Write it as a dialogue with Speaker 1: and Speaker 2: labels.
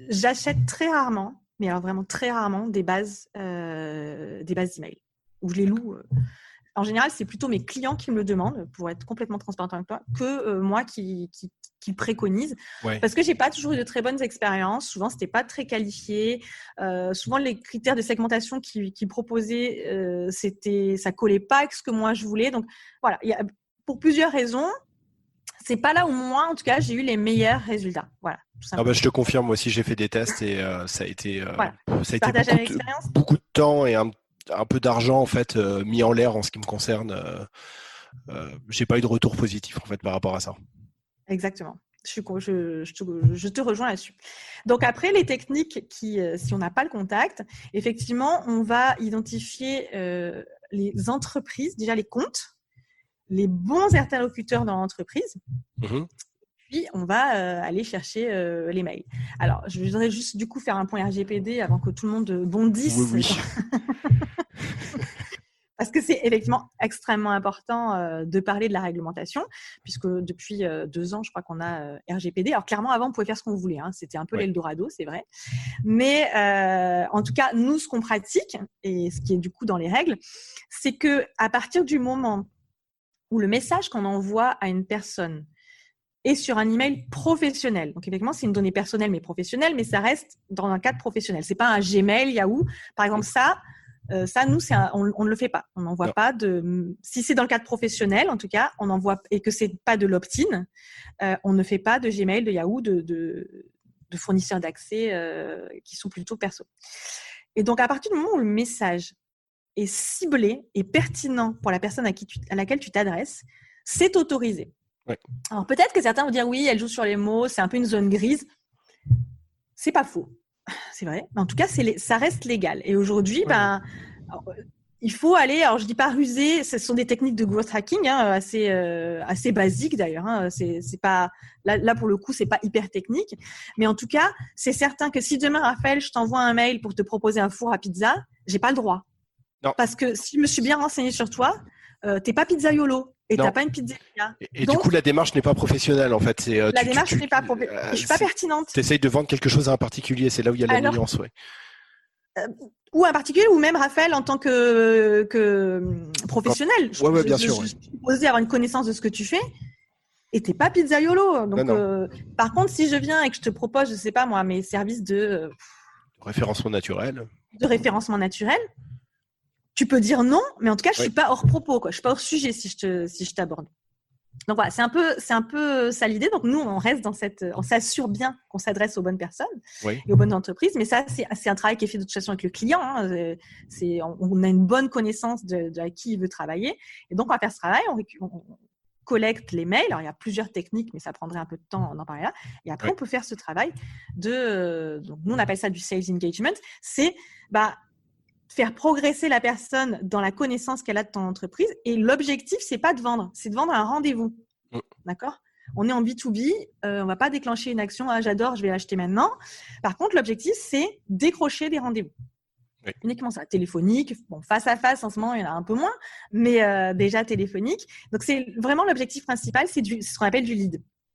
Speaker 1: J'achète très rarement, mais alors vraiment très rarement, des bases d'email où je les loue. En général, c'est plutôt mes clients qui me le demandent, pour être complètement transparente avec toi, que moi qui le préconise.
Speaker 2: Ouais.
Speaker 1: Parce que j'ai pas toujours eu de très bonnes expériences. Souvent, c'était pas très qualifié. Souvent, les critères de segmentation qu'ils proposaient, ça collait pas avec ce que moi je voulais. Donc voilà, pour plusieurs raisons, c'est pas là où moi, en tout cas, j'ai eu les meilleurs résultats. Voilà.
Speaker 2: Ah bah, je te confirme, moi aussi j'ai fait des tests et ça a été,
Speaker 1: Voilà.
Speaker 2: ça a été beaucoup de temps et un peu d'argent en fait mis en l'air en ce qui me concerne. J'ai pas eu de retour positif en fait par rapport à ça.
Speaker 1: Exactement. Je te rejoins là-dessus. Donc après, les techniques si on n'a pas le contact, effectivement, on va identifier les entreprises, déjà les comptes, les bons interlocuteurs dans l'entreprise.
Speaker 2: Mmh.
Speaker 1: Puis, on va aller chercher les mails. Alors, je voudrais juste du coup faire un point RGPD avant que tout le monde bondisse.
Speaker 2: Oui.
Speaker 1: Parce que c'est effectivement extrêmement important de parler de la réglementation, puisque depuis 2 ans, je crois qu'on a RGPD. Alors clairement, avant, on pouvait faire ce qu'on voulait. C'était un peu l'Eldorado, c'est vrai. Mais en tout cas, nous, ce qu'on pratique, et ce qui est du coup dans les règles, c'est qu'à partir du moment où le message qu'on envoie à une personne est sur un email professionnel. Donc, effectivement, c'est une donnée personnelle, mais professionnelle, mais ça reste dans un cadre professionnel. C'est pas un Gmail, Yahoo. Par exemple, ça, nous, on ne le fait pas. On n'envoie pas si c'est dans le cadre professionnel, en tout cas, on envoie, et que c'est pas de l'opt-in, on ne fait pas de Gmail, de Yahoo, de fournisseurs d'accès qui sont plutôt perso. Et donc, à partir du moment où le message est ciblé et pertinent pour la personne à laquelle tu t'adresses, c'est autorisé.
Speaker 2: Ouais.
Speaker 1: Alors peut-être que certains vont dire oui, elle joue sur les mots, c'est un peu une zone grise. C'est pas faux, c'est vrai. Mais en tout cas, ça reste légal. Et aujourd'hui, il faut aller. Alors je dis pas ruser. Ce sont des techniques de growth hacking assez basiques d'ailleurs. C'est pas là pour le coup, c'est pas hyper technique. Mais en tout cas, c'est certain que si demain, Raphaël, je t'envoie un mail pour te proposer un four à pizza, j'ai pas le droit.
Speaker 2: Non.
Speaker 1: Parce que si je me suis bien renseignée sur toi, t'es pas pizzaiolo. Et t'as pas une pizzeria.
Speaker 2: Et donc, du coup, la démarche n'est pas professionnelle en fait.
Speaker 1: La démarche n'est pas professionnelle. Je suis pas pertinente.
Speaker 2: Tu essayes de vendre quelque chose à un particulier, c'est là où il y a la nuance,
Speaker 1: ou un particulier, ou même Raphaël en tant que professionnel.
Speaker 2: Bien sûr.
Speaker 1: Je suis supposée avoir une connaissance de ce que tu fais. Et t'es pas pizzaiolo. Donc, par contre, si je viens et que je te propose, je sais pas moi, mes services de
Speaker 2: référencement naturel.
Speaker 1: Tu peux dire non, mais en tout cas, je suis pas hors propos, quoi. Je suis pas hors sujet si je t'aborde. Donc voilà, c'est un peu ça l'idée. Donc nous, on reste on s'assure bien qu'on s'adresse aux bonnes personnes et aux bonnes entreprises. Mais ça, c'est un travail qui est fait de toute façon avec le client. On a une bonne connaissance de qui il veut travailler. Et donc, on va faire ce travail. On collecte les mails. Alors, il y a plusieurs techniques, mais ça prendrait un peu de temps d'en parler là. Et après, on peut faire ce travail donc nous, on appelle ça du sales engagement. C'est faire progresser la personne dans la connaissance qu'elle a de ton entreprise. Et l'objectif, c'est pas de vendre, c'est de vendre un rendez-vous. D'accord ? On est en B2B, on va pas déclencher une action, j'adore, je vais l'acheter maintenant. Par contre, l'objectif, c'est décrocher des rendez-vous. Uniquement ça, téléphonique, face à face, en ce moment, il y en a un peu moins, mais déjà téléphonique. Donc, c'est vraiment l'objectif principal, c'est ce qu'on appelle du lead.